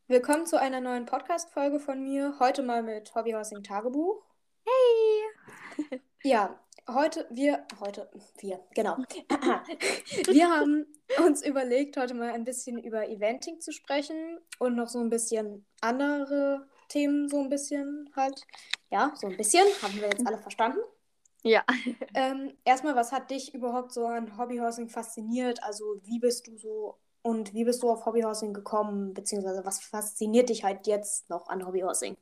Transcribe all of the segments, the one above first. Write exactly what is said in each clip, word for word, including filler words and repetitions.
Willkommen zu einer neuen Podcast-Folge von mir. Heute mal mit Hobbyhorsing Tagebuch. Hey! Ja, heute, wir, heute, wir, genau. Wir haben uns überlegt, heute mal ein bisschen über Eventing zu sprechen und noch so ein bisschen andere Themen, so ein bisschen halt. Ja, so ein bisschen. Haben wir jetzt alle verstanden? Ja. Ähm, erstmal, was hat dich überhaupt so an Hobbyhorsing fasziniert? Also, wie bist du so und wie bist du auf Hobbyhorsing gekommen? Beziehungsweise, was fasziniert dich halt jetzt noch an Hobbyhorsing?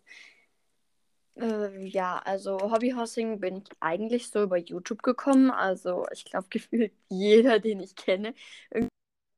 Äh, ja, also Hobbyhorsing bin ich eigentlich so über YouTube gekommen. Also ich glaube, gefühlt jeder, den ich kenne, irgendwie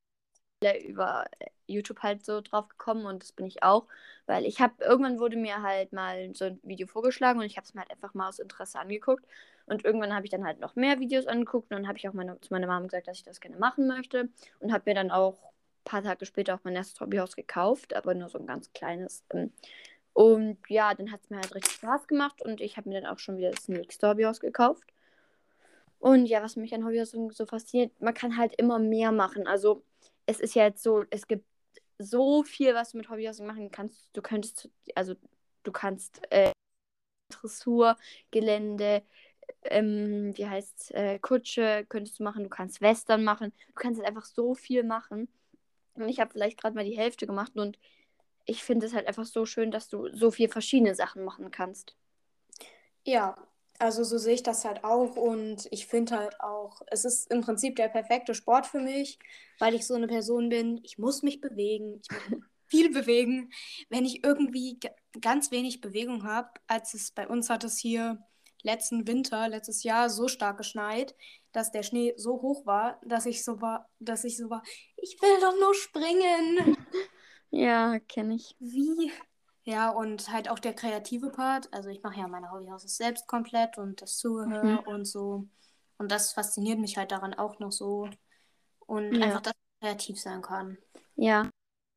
über YouTube halt so drauf gekommen und das bin ich auch, weil ich habe, irgendwann wurde mir halt mal so ein Video vorgeschlagen und ich habe es mir halt einfach mal aus Interesse angeguckt und irgendwann habe ich dann halt noch mehr Videos angeguckt und dann habe ich auch meine, zu meiner Mama gesagt, dass ich das gerne machen möchte und habe mir dann auch ein paar Tage später auch mein erstes Hobbyhaus gekauft, aber nur so ein ganz kleines. Ähm, Und ja, dann hat es mir halt richtig Spaß gemacht und ich habe mir dann auch schon wieder das nächste Hobbyhaus gekauft. Und ja, was mich an Hobbyhaus so, so fasziniert, man kann halt immer mehr machen. Also es ist ja jetzt so, es gibt so viel, was du mit Hobbyhousing machen kannst. Du könntest, also du kannst äh, Dressur, Gelände, ähm, wie heißt äh, Kutsche könntest du machen, du kannst Western machen, du kannst halt einfach so viel machen. Und ich habe vielleicht gerade mal die Hälfte gemacht und ich finde es halt einfach so schön, dass du so viel verschiedene Sachen machen kannst. Ja, also so sehe ich das halt auch und ich finde halt auch, es ist im Prinzip der perfekte Sport für mich, weil ich so eine Person bin, ich muss mich bewegen, ich muss mich viel bewegen. Wenn ich irgendwie g- ganz wenig Bewegung habe, als es bei uns hat es hier letzten Winter, letztes Jahr so stark geschneit, dass der Schnee so hoch war, dass ich so war, dass ich so war, ich will doch nur springen. Ja, kenne ich. Wie? Ja, und halt auch der kreative Part. Also ich mache ja meine Hobbyhouses selbst komplett und das Mhm. Zubehör und so. Und das fasziniert mich halt daran auch noch so. Und Ja, einfach, dass ich kreativ sein kann. ja.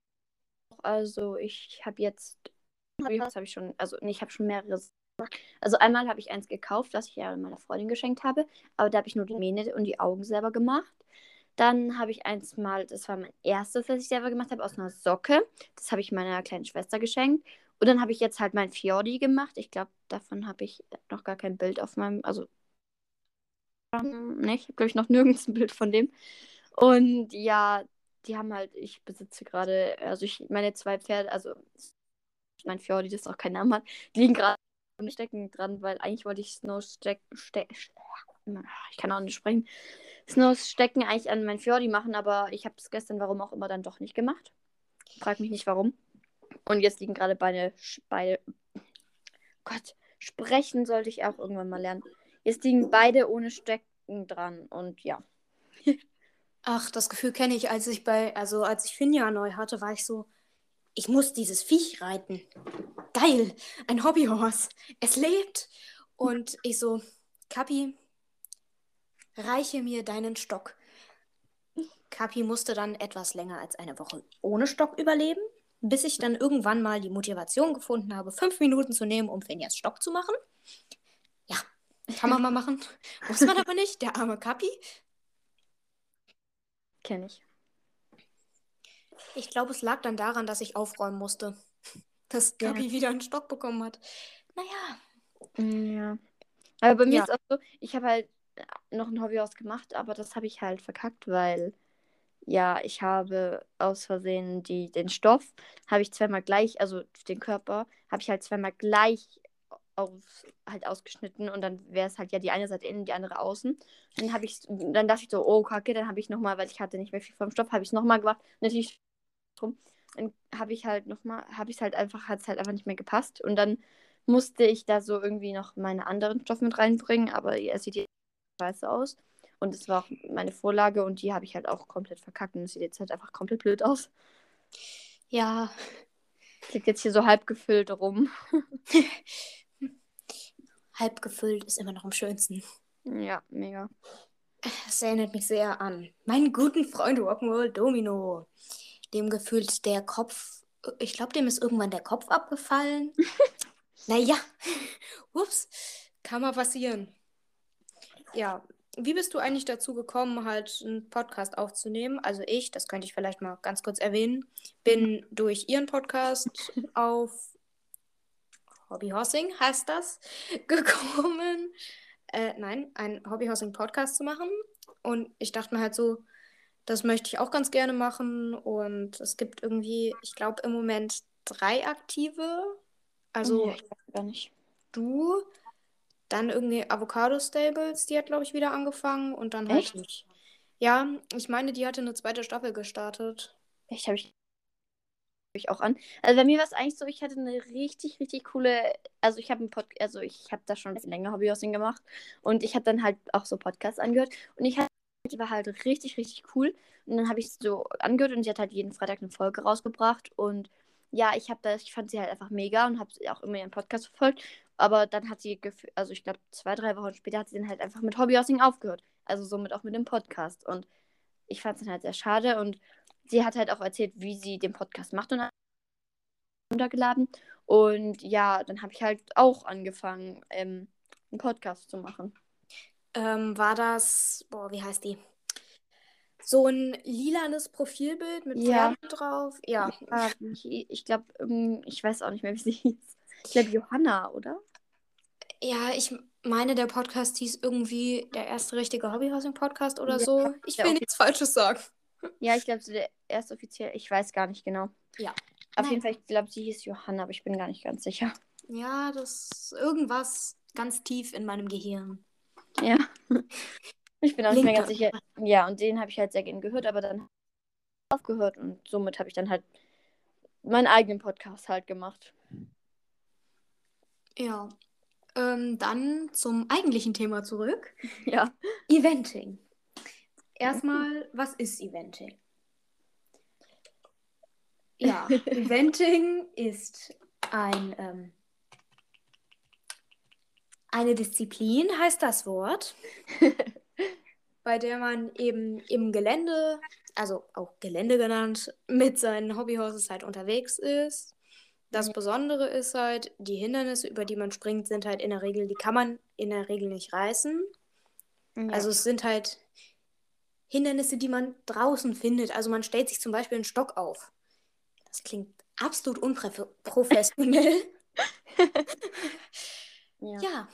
Also ich habe jetzt, das habe ich schon, also nee, ich habe schon mehrere. Also einmal habe ich eins gekauft, was ich ja meiner Freundin geschenkt habe, aber da habe ich nur die Mähne und die Augen selber gemacht. Dann habe ich eins mal, das war mein erstes, was ich selber gemacht habe, aus einer Socke. Das habe ich meiner kleinen Schwester geschenkt. Und dann habe ich jetzt halt mein Fiordi gemacht. Ich glaube, davon habe ich noch gar kein Bild auf meinem, also ne, ich habe glaube ich noch nirgends ein Bild von dem. Und ja, die haben halt, ich besitze gerade, also ich, meine zwei Pferde, also mein Fjordi, das auch keinen Namen hat, die liegen gerade am Stecken dran, weil eigentlich wollte ich Snow steck, ste ich kann auch nicht sprechen, Snow Stecken eigentlich an mein Fjordi machen, aber ich habe es gestern, warum auch immer, dann doch nicht gemacht. Frag mich nicht warum. Und jetzt liegen gerade beide, beide, Gott, sprechen sollte ich auch irgendwann mal lernen. Jetzt liegen beide ohne Stecken dran und ja. Ach, das Gefühl kenne ich, als ich bei, also als ich Finja neu hatte, war ich so, ich muss dieses Viech reiten. Geil, ein Hobbyhorse. Es lebt. Und ich so, Kapi, reiche mir deinen Stock. Kapi musste dann etwas länger als eine Woche ohne Stock überleben, bis ich dann irgendwann mal die Motivation gefunden habe, fünf Minuten zu nehmen, um Finjas Stock zu machen. Ja, kann man mal machen. Muss man aber nicht, der arme Kapi. Kenne ich. Ich glaube, es lag dann daran, dass ich aufräumen musste, dass Ja. Kapi wieder einen Stock bekommen hat. Naja, Mm, ja. Aber bei mir ja. ist auch so, ich habe halt noch ein Hobby ausgemacht, aber das habe ich halt verkackt, weil ja, ich habe aus Versehen die, den Stoff, habe ich zweimal gleich, also den Körper, habe ich halt zweimal gleich auf, halt ausgeschnitten und dann wäre es halt ja die eine Seite innen, die andere außen. Dann habe ich, dann dachte ich so, oh Kacke, dann habe ich nochmal, weil ich hatte nicht mehr viel vom Stoff, habe ich es nochmal gemacht. Natürlich drum. Dann habe ich halt nochmal, habe ich es halt einfach, hat es halt einfach nicht mehr gepasst. Und dann musste ich da so irgendwie noch meine anderen Stoffe mit reinbringen, aber es sieht jetzt scheiße aus. Und es war auch meine Vorlage und die habe ich halt auch komplett verkackt. Und es sieht jetzt halt einfach komplett blöd aus. Ja, Es liegt jetzt hier so halb gefüllt rum. halb gefüllt ist immer noch am schönsten. Ja, mega. Das erinnert mich sehr an meinen guten Freund Rock'n'Roll Domino. Dem gefühlt der Kopf, ich glaube, dem ist irgendwann der Kopf abgefallen. Naja, ups, kann mal passieren. Ja, wie bist du eigentlich dazu gekommen, halt einen Podcast aufzunehmen? Also ich, das könnte ich vielleicht mal ganz kurz erwähnen, bin durch ihren Podcast auf Hobbyhorsing, heißt das, gekommen. Äh, nein, einen Hobbyhorsing-Podcast zu machen. Und ich dachte mir halt so, das möchte ich auch ganz gerne machen. Und es gibt irgendwie, ich glaube, im Moment drei aktive. Also Ja, ich weiß gar nicht. du, dann irgendwie Avocado Stables, die hat, glaube ich, wieder angefangen. Und dann halt Echt? ich. Ja, ich meine, die hatte eine zweite Staffel gestartet. Echt, habe ich ich auch an. Also bei mir war es eigentlich so, ich hatte eine richtig, richtig coole, also ich habe einen Pod, also ich habe da schon ein bisschen länger Hobbyhorsing gemacht und ich habe dann halt auch so Podcasts angehört und ich hatte, die war halt richtig, richtig cool und dann habe ich so angehört und sie hat halt jeden Freitag eine Folge rausgebracht und ja, ich habe das, ich fand sie halt einfach mega und habe auch immer ihren Podcast verfolgt, aber dann hat sie, gef- also ich glaube zwei, drei Wochen später hat sie dann halt einfach mit Hobbyhorsing aufgehört, also somit auch mit dem Podcast und ich fand es dann halt sehr schade und sie hat halt auch erzählt, wie sie den Podcast macht und runtergeladen. Und ja, dann habe ich halt auch angefangen, ähm, einen Podcast zu machen. Ähm, war das, boah, wie heißt die? So ein lilanes Profilbild mit Ja, Pferden drauf. Ja. ja ich, ich glaube, ich weiß auch nicht mehr, wie sie hieß. Ich glaube, Johanna, oder? Ja, ich meine, der Podcast hieß irgendwie der erste richtige Hobbyhousing-Podcast oder Ja, so. Ich der will Offi- nichts Falsches sagen. ja ich glaube, so der erste offiziell, ich weiß gar nicht genau. Ja. Auf jeden Nein. Fall, ich glaube, sie hieß Johanna, aber ich bin gar nicht ganz sicher. Ja, das ist irgendwas ganz tief in meinem Gehirn. Ja, ich bin auch nicht mehr Blinkt ganz da. sicher. Ja, und den habe ich halt sehr gern gehört, aber dann aufgehört und somit habe ich dann halt meinen eigenen Podcast halt gemacht. Ja. Ähm, dann zum eigentlichen Thema zurück. Ja. Eventing. Erstmal, was ist Eventing? Ja, Eventing ist ein, ähm, eine Disziplin, heißt das Wort, bei der man eben im Gelände, also auch Gelände genannt, mit seinen Hobbyhorses halt unterwegs ist. Das Ja. Besondere ist halt, die Hindernisse, über die man springt, sind halt in der Regel, die kann man in der Regel nicht reißen. Ja. Also es sind halt Hindernisse, die man draußen findet. Also man stellt sich zum Beispiel einen Stock auf. Das klingt absolut unprofessionell. Ja. Ja.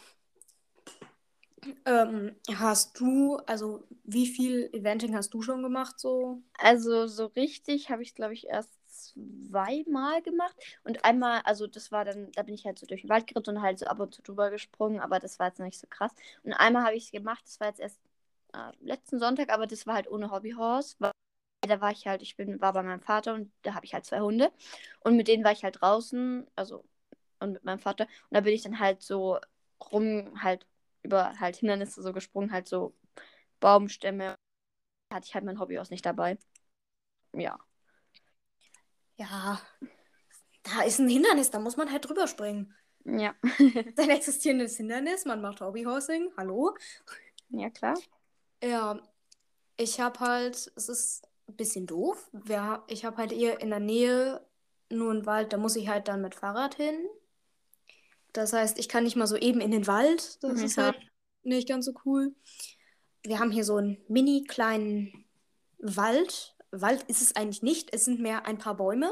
Ähm, hast du, also wie viel Eventing hast du schon gemacht so? Also so richtig habe ich, glaube ich, erst zweimal gemacht. Und einmal, also das war dann, da bin ich halt so durch den Wald geritten und halt so ab und zu drüber gesprungen, aber das war jetzt noch nicht so krass. Und einmal habe ich es gemacht, das war jetzt erst äh, letzten Sonntag, aber das war halt ohne Hobbyhorse. Weil da war ich halt, ich bin, war bei meinem Vater und da habe ich halt zwei Hunde. Und mit denen war ich halt draußen, also und mit meinem Vater. Und da bin ich dann halt so rum, halt über halt Hindernisse so gesprungen, halt so Baumstämme. Da hatte ich halt mein Hobbyhorse nicht dabei. Ja. Ja, da ist ein Hindernis, da muss man halt drüber springen. Ja. Ein existierendes Hindernis, man macht Hobbyhorsing, hallo? Ja, klar. Ja, ich habe halt, es ist ein bisschen doof. Wir, ich habe halt hier in der Nähe nur einen Wald, da muss ich halt dann mit Fahrrad hin. Das heißt, ich kann nicht mal so eben in den Wald. Das ist Ja. halt nicht ganz so cool. Wir haben hier so einen mini kleinen Wald. Wald ist es eigentlich nicht, es sind mehr ein paar Bäume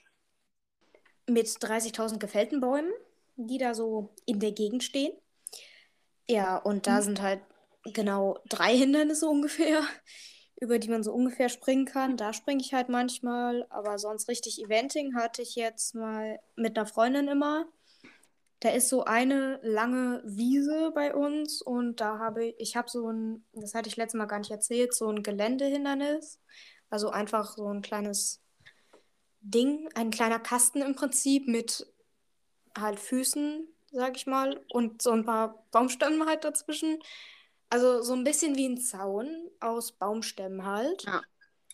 mit dreißigtausend gefällten Bäumen, die da so in der Gegend stehen. Ja, und da sind halt genau drei Hindernisse ungefähr, über die man so ungefähr springen kann. Da springe ich halt manchmal, aber sonst richtig Eventing hatte ich jetzt mal mit einer Freundin immer. Da ist so eine lange Wiese bei uns und da habe ich, ich habe so ein, das hatte ich letztes Mal gar nicht erzählt, so ein Geländehindernis. Also einfach so ein kleines Ding, ein kleiner Kasten im Prinzip mit halt Füßen, sag ich mal, und so ein paar Baumstämmen halt dazwischen. Also so ein bisschen wie ein Zaun aus Baumstämmen halt. Ja.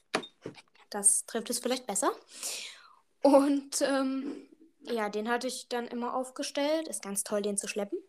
Das trifft es vielleicht besser. Und ähm, ja, den hatte ich dann immer aufgestellt. Ist ganz toll, den zu schleppen.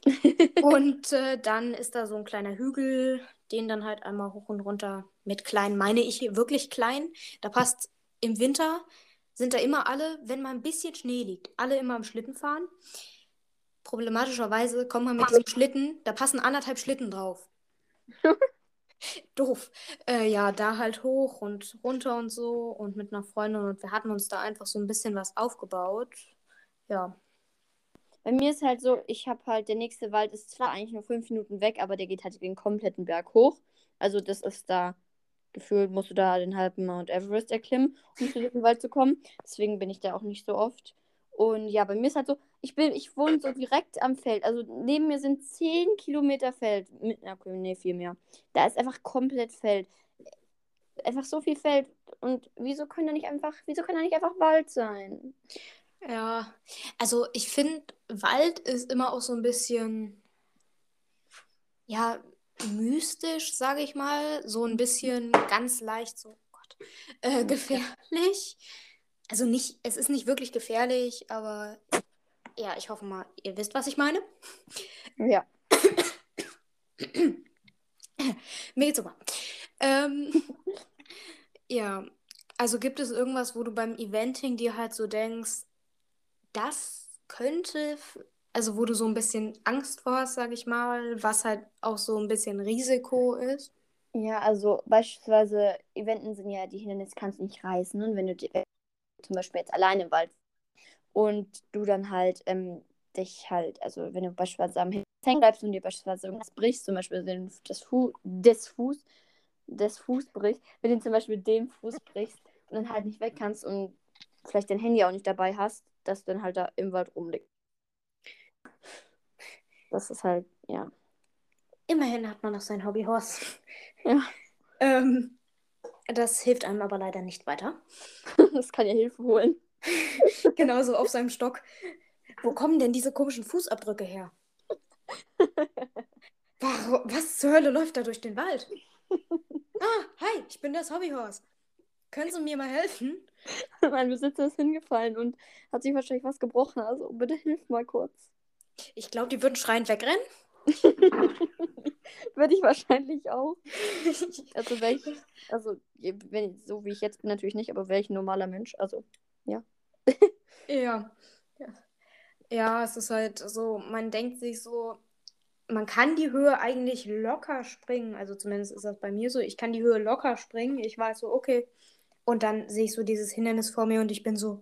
Und äh, dann ist da so ein kleiner Hügel, den dann halt einmal hoch und runter mit klein, meine ich wirklich klein. Da passt im Winter, sind da immer alle, wenn mal ein bisschen Schnee liegt, alle immer am Schlitten fahren. Problematischerweise kommt man mit diesem Schlitten, da passen anderthalb Schlitten drauf. Doof. Äh, ja, da halt hoch und runter und so und mit einer Freundin und wir hatten uns da einfach so ein bisschen was aufgebaut. Ja. Bei mir ist halt so, ich habe halt, der nächste Wald ist zwar eigentlich nur fünf Minuten weg, aber der geht halt den kompletten Berg hoch. Also das ist da, gefühlt musst du da den halben Mount Everest erklimmen, um zu diesem Wald zu kommen. Deswegen bin ich da auch nicht so oft. Und ja, bei mir ist halt so, ich bin, ich wohne so direkt am Feld. Also neben mir sind zehn Kilometer Feld. Mit, na, okay, nee, viel mehr. Da ist einfach komplett Feld. Einfach so viel Feld. Und wieso kann da nicht einfach, wieso kann da nicht einfach Wald sein? Ja, also ich finde, Wald ist immer auch so ein bisschen, ja, mystisch, sage ich mal. So ein bisschen ganz leicht, so, oh Gott, äh, gefährlich. Also nicht, es ist nicht wirklich gefährlich, aber ja, ich hoffe mal, ihr wisst, was ich meine. Ja. Mir geht's super. Ähm, ja, also gibt es irgendwas, wo du beim Eventing dir halt so denkst, das könnte, f- also wo du so ein bisschen Angst vor hast, sag ich mal, was halt auch so ein bisschen Risiko ist? Ja, also beispielsweise Eventen sind ja, die Hindernisse kannst du nicht reißen. Und wenn du die, zum Beispiel jetzt alleine im Wald und du dann halt ähm, dich halt, also wenn du beispielsweise am Hängen bleibst und dir beispielsweise irgendwas brichst, zum Beispiel den, das Fu des Fuß, des Fuß brichst, wenn du zum Beispiel den Fuß brichst und dann halt nicht weg kannst und vielleicht dein Handy auch nicht dabei hast, dass du dann halt da im Wald rumliegst. Das ist halt, ja. Immerhin hat man noch sein Hobbyhorse. Ja, Ähm, das hilft einem aber leider nicht weiter. das kann ja Hilfe holen. Genauso auf seinem Stock. Wo kommen denn diese komischen Fußabdrücke her? Warum, was zur Hölle läuft da durch den Wald? Ah, hi, ich bin das Hobbyhorse. Können Sie mir mal helfen? Mein Besitzer ist hingefallen und hat sich wahrscheinlich was gebrochen. Also bitte hilf mal kurz. Ich glaube, die würden schreiend wegrennen. Würde ich wahrscheinlich auch. Also wäre ich, also wenn, so wie ich jetzt bin, natürlich nicht, aber wäre ich ein normaler Mensch. Also, ja. Ja. Ja. Ja, es ist halt so, man denkt sich so, man kann die Höhe eigentlich locker springen. Also zumindest ist das bei mir so. Ich kann die Höhe locker springen. Ich weiß so, okay. Und dann sehe ich so dieses Hindernis vor mir und ich bin so,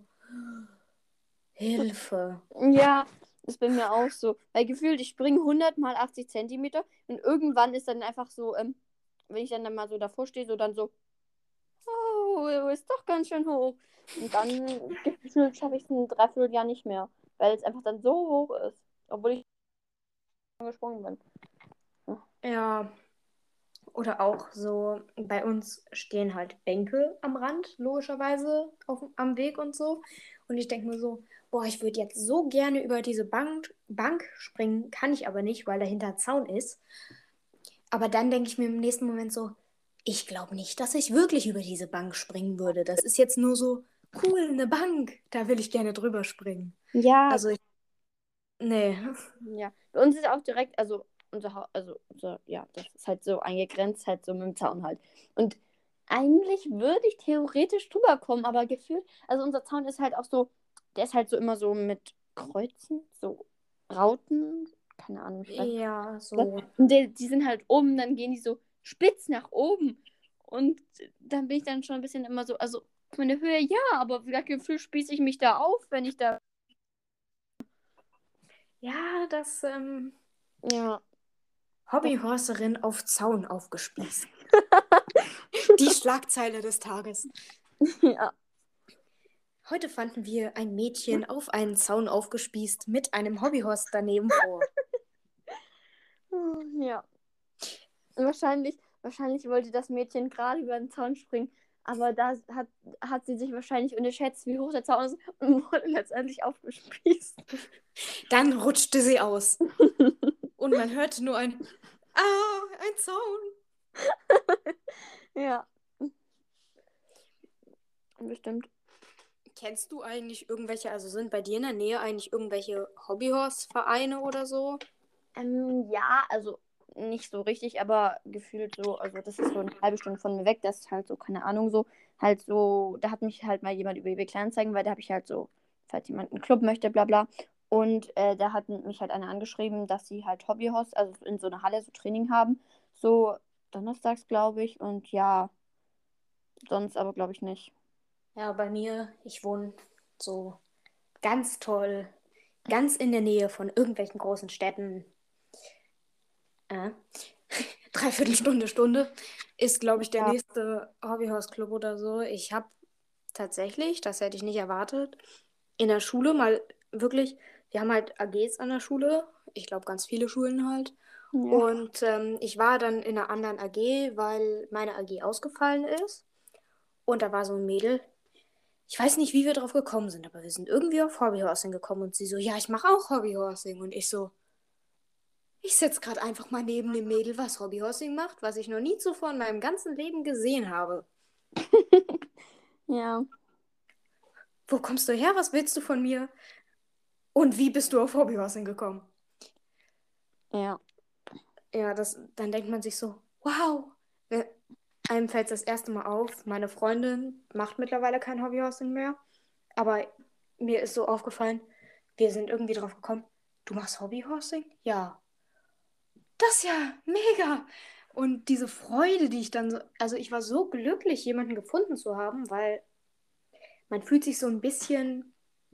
Hilfe. Ja, ist bei mir auch so. Weil gefühlt, ich springe hundert mal achtzig Zentimeter und irgendwann ist dann einfach so, ähm, wenn ich dann, dann mal so davor stehe, so dann so, oh, ist doch ganz schön hoch. Und dann gefühlt schaffe ich es ein Dreivierteljahr nicht mehr, weil es einfach dann so hoch ist. Obwohl ich gesprungen bin. Ja, oder auch so, bei uns stehen halt Bänke am Rand, logischerweise, auf, am Weg und so. Und ich denke mir so, boah, ich würde jetzt so gerne über diese Bank, Bank springen, kann ich aber nicht, weil dahinter Zaun ist. Aber dann denke ich mir im nächsten Moment so, ich glaube nicht, dass ich wirklich über diese Bank springen würde. Das ist jetzt nur so, cool, eine Bank, da will ich gerne drüber springen. Ja, Also, ich, nee. ja. Bei uns ist auch direkt, also unser Haus, also unser, ja, das ist halt so eingegrenzt, halt so mit dem Zaun halt. Und eigentlich würde ich theoretisch drüber kommen, aber gefühlt, also unser Zaun ist halt auch so, der ist halt so immer so mit Kreuzen, so Rauten, keine Ahnung, ich weiß Ja, nicht. so. Und die, die sind halt oben, dann gehen die so spitz nach oben. Und dann bin ich dann schon ein bisschen immer so, also von der Höhe ja, aber wie gesagt, Gefühl spieße ich mich da auf, wenn ich da. Ja, das ähm, Ja. Hobbyhorserin auf Zaun aufgespießt. Die Schlagzeile des Tages. Ja. Heute fanden wir ein Mädchen auf einen Zaun aufgespießt mit einem Hobbyhorse daneben vor. Ja. Und wahrscheinlich, wahrscheinlich wollte das Mädchen gerade über den Zaun springen, aber da hat, hat sie sich wahrscheinlich unterschätzt, wie hoch der Zaun ist und wurde letztendlich aufgespießt. Dann rutschte sie aus. Und man hörte nur ein Ah, ein Zaun. Ja. Bestimmt. Kennst du eigentlich irgendwelche, also sind bei dir in der Nähe eigentlich irgendwelche Hobbyhorse-Vereine oder so? Ähm, ja, also nicht so richtig, aber gefühlt so, also das ist so eine halbe Stunde von mir weg, das ist halt so, keine Ahnung, so, halt so, da hat mich halt mal jemand über eBay Kleinanzeigen, weil da habe ich halt so, falls jemand einen Club möchte, bla bla. Und äh, da hat mich halt eine angeschrieben, dass sie halt Hobbyhost, also in so einer Halle so Training haben, So donnerstags, glaube ich. Und ja, sonst aber, glaube ich, nicht. Ja, bei mir, ich wohne so ganz toll, ganz in der Nähe von irgendwelchen großen Städten. Äh, Dreiviertel Stunde, Stunde ist, glaube ich, der Ja, nächste Hobbyhouse-Club oder so. Ich habe tatsächlich, das hätte ich nicht erwartet, in der Schule mal wirklich, wir haben halt A Gs an der Schule, ich glaube ganz viele Schulen halt. ja. Und ähm, ich war dann in einer anderen A G, weil meine A G ausgefallen ist. Und da war so ein Mädel. Ich weiß nicht, wie wir drauf gekommen sind, aber wir sind irgendwie auf Hobbyhorsing gekommen und sie so, ja, ich mache auch Hobbyhorsing. Und ich so, ich sitze gerade einfach mal neben dem Mädel, was Hobbyhorsing macht, was ich noch nie zuvor in meinem ganzen Leben gesehen habe. Ja, Wo kommst du her? Was willst du von mir? Und wie bist du auf Hobbyhorsing gekommen? ja. Ja, das, dann denkt man sich so, wow. Wenn- Einem fällt das erste Mal auf, meine Freundin macht mittlerweile kein Hobbyhorsing mehr. Aber mir ist so aufgefallen, wir sind irgendwie drauf gekommen, du machst Hobbyhorsing? Ja. Das ist ja mega. Und diese Freude, die ich dann so, also ich war so glücklich, jemanden gefunden zu haben, weil man fühlt sich so ein bisschen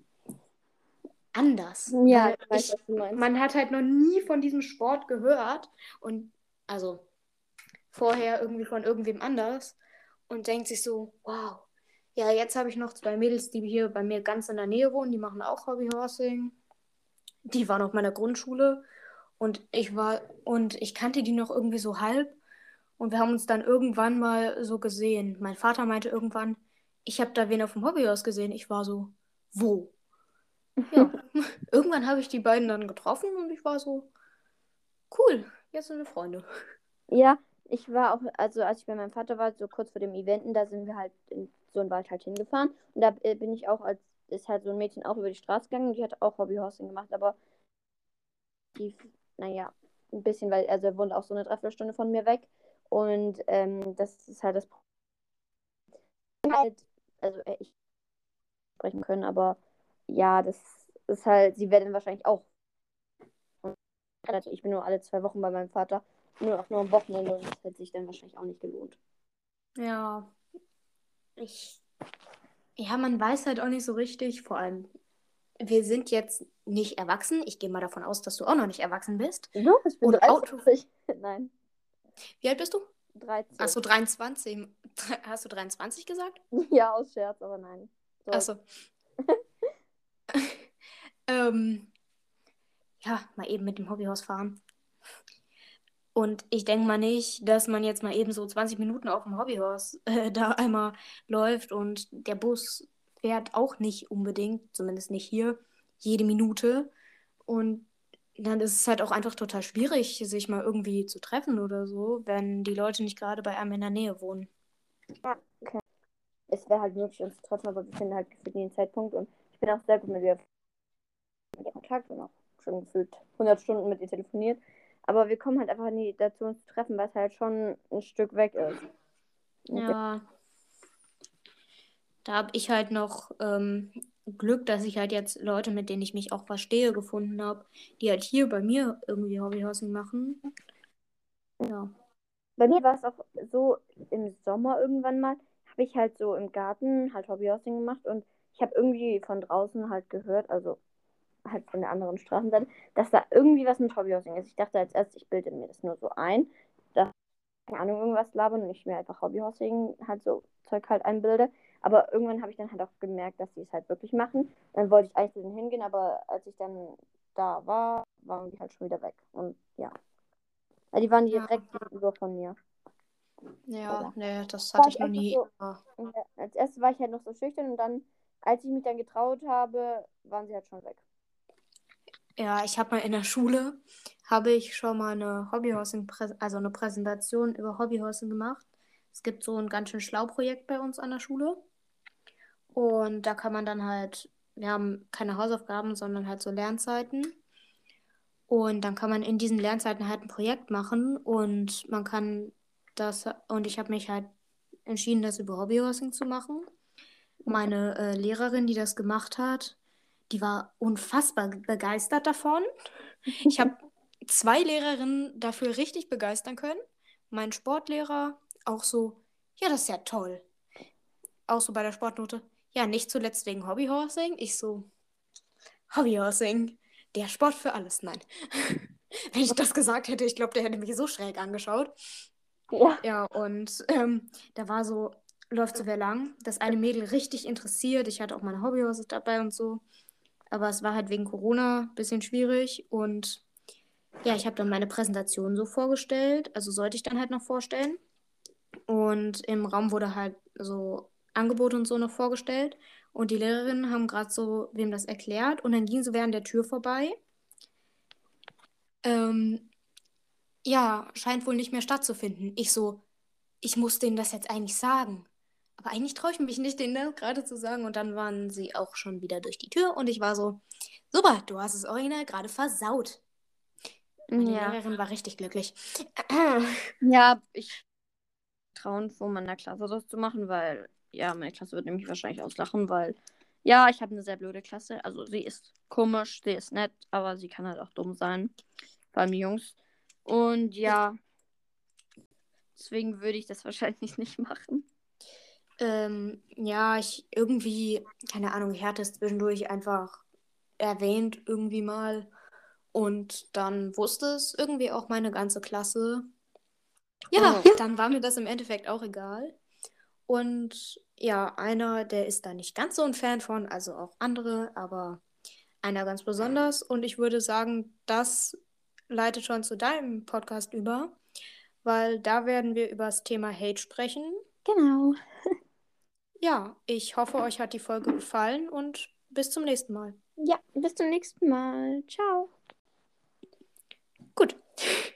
anders, Ja, weil ich weiß, ich, was du meinst. man hat halt noch nie von diesem Sport gehört und also vorher irgendwie von irgendwem anders und denkt sich so, wow, ja, jetzt habe ich noch zwei Mädels, die hier bei mir ganz in der Nähe wohnen, die machen auch Hobbyhorsing. Die waren auf meiner Grundschule und ich war und ich kannte die noch irgendwie so halb und wir haben uns dann irgendwann mal so gesehen. Mein Vater meinte irgendwann, ich habe da wen auf dem Hobbyhaus gesehen. Ich war so, wo? Ja, irgendwann habe ich die beiden dann getroffen und ich war so, cool, jetzt sind wir Freunde. Ja, ich war auch, also als ich bei meinem Vater war, so kurz vor dem Eventen, da sind wir halt in so einen Wald halt hingefahren. Und da äh, bin ich auch, als ist halt so ein Mädchen auch über die Straße gegangen und die hat auch Hobbyhorsing gemacht, aber die, naja, ein bisschen, weil, also er wohnt auch so eine Dreiviertelstunde von mir weg. Und ähm, das ist halt das Problem, halt, also äh, ich sprechen können, aber ja, das ist halt, sie werden wahrscheinlich auch. Ich bin nur alle zwei Wochen bei meinem Vater, nur auch nur am Wochenende und das hätte sich dann wahrscheinlich auch nicht gelohnt. Ja, ich, ja, man weiß halt auch nicht so richtig, vor allem, wir sind jetzt nicht erwachsen. Ich gehe mal davon aus, dass du auch noch nicht erwachsen bist. Doch, ich bin Und Auto, dreiundzwanzig. Nein, wie alt bist du? dreizehn. Achso, dreiundzwanzig. Hast du dreiundzwanzig gesagt? Ja, aus Scherz, aber nein. So. Achso. Ähm, ja, mal eben mit dem Hobbyhaus fahren. Und ich denke mal nicht, dass man jetzt mal eben so zwanzig Minuten auf dem Hobbyhaus äh, da einmal läuft und der Bus fährt auch nicht unbedingt, zumindest nicht hier, jede Minute. Und dann ist es halt auch einfach total schwierig, sich mal irgendwie zu treffen oder so, wenn die Leute nicht gerade bei einem in der Nähe wohnen. Ja, okay. Es wäre halt möglich, uns zu treffen, aber wir finden halt gefühlt nie einen Zeitpunkt und ich bin auch sehr gut mit ihr in Kontakt und auch schon gefühlt hundert Stunden mit ihr telefoniert. Aber wir kommen halt einfach nie dazu, uns zu treffen, weil es halt schon ein Stück weg ist. Und ja, Ja, da habe ich halt noch ähm, Glück, dass ich halt jetzt Leute, mit denen ich mich auch verstehe, gefunden habe, die halt hier bei mir irgendwie Hobbyhousing machen. Ja. bei mir war es auch so im Sommer irgendwann mal, habe ich halt so im Garten halt Hobbyhousing gemacht und ich habe irgendwie von draußen halt gehört, also halt von der anderen Straßenseite, dass da irgendwie was mit Hobbyhousing ist. Ich dachte als erstes, ich bilde mir das nur so ein, dass keine Ahnung, irgendwas labern und ich mir einfach Hobbyhousing halt so Zeug halt einbilde. Aber irgendwann habe ich dann halt auch gemerkt, dass die es halt wirklich machen. Dann wollte ich eigentlich zu denen hingehen, aber als ich dann da war, waren die halt schon wieder weg. Und ja. Weil die waren Ja, direkt gegenüber von mir. ja, Ja. nee, das War hatte ich ich noch einfach nie. so, ja, als erstes war ich halt noch so schüchtern und dann, als ich mich dann getraut habe, waren sie halt schon weg. Ja, ich habe mal in der Schule, habe ich schon mal eine Hobbyhousing, also eine Präsentation über Hobbyhousing gemacht. Es gibt so ein ganz schön schlau Projekt bei uns an der Schule. Und da kann man dann halt, wir haben keine Hausaufgaben, sondern halt so Lernzeiten. Und dann kann man in diesen Lernzeiten halt ein Projekt machen und man kann das, und ich habe mich halt entschieden, das über Hobbyhousing zu machen. Meine äh, Lehrerin, die das gemacht hat, die war unfassbar begeistert davon. Ich habe zwei Lehrerinnen dafür richtig begeistern können, mein Sportlehrer auch so, ja, das ist ja toll. Auch so bei der Sportnote. Ja, nicht zuletzt wegen Hobbyhorsing. Ich so, Hobbyhorsing, der Sport für alles. Nein. Wenn ich das gesagt hätte, ich glaube, der hätte mich so schräg angeschaut. Ja. Ja, und ähm, da war so, läuft so wer lang, das eine Mädel richtig interessiert. Ich hatte auch meine Hobbyhorses dabei und so. Aber es war halt wegen Corona ein bisschen schwierig. Und ja, ich habe dann meine Präsentation so vorgestellt. Also sollte ich dann halt noch vorstellen. Und im Raum wurde halt so Angebote und so noch vorgestellt. Und die Lehrerinnen haben gerade so wem das erklärt. Und dann ging sie während der Tür vorbei. Ähm, ja, scheint wohl nicht mehr stattzufinden. Ich so, ich muss denen das jetzt eigentlich sagen. Aber eigentlich traue ich mich nicht, denen das gerade zu sagen. Und dann waren sie auch schon wieder durch die Tür. Und ich war so, super, du hast es original gerade versaut. Meine Ja. Lehrerin war richtig glücklich. Ja, ich trauen vor meiner Klasse das zu machen, weil, ja, meine Klasse wird nämlich wahrscheinlich auslachen, weil, ja, ich habe eine sehr blöde Klasse. Also sie ist komisch, sie ist nett, aber sie kann halt auch dumm sein. Vor allem die Jungs. Und ja, deswegen würde ich das wahrscheinlich nicht machen. Ähm, ja, ich irgendwie, keine Ahnung, ich hatte es zwischendurch einfach erwähnt irgendwie mal und dann wusste es irgendwie auch meine ganze Klasse. Ja, Oh. dann war mir das im Endeffekt auch egal. Und ja, einer, der ist da nicht ganz so ein Fan von, also auch andere, aber einer ganz besonders. Und ich würde sagen, das leitet schon zu deinem Podcast über, weil da werden wir über das Thema Hate sprechen. Genau. Ja, ich hoffe, euch hat die Folge gefallen und bis zum nächsten Mal. Ja, bis zum nächsten Mal. Ciao. Gut.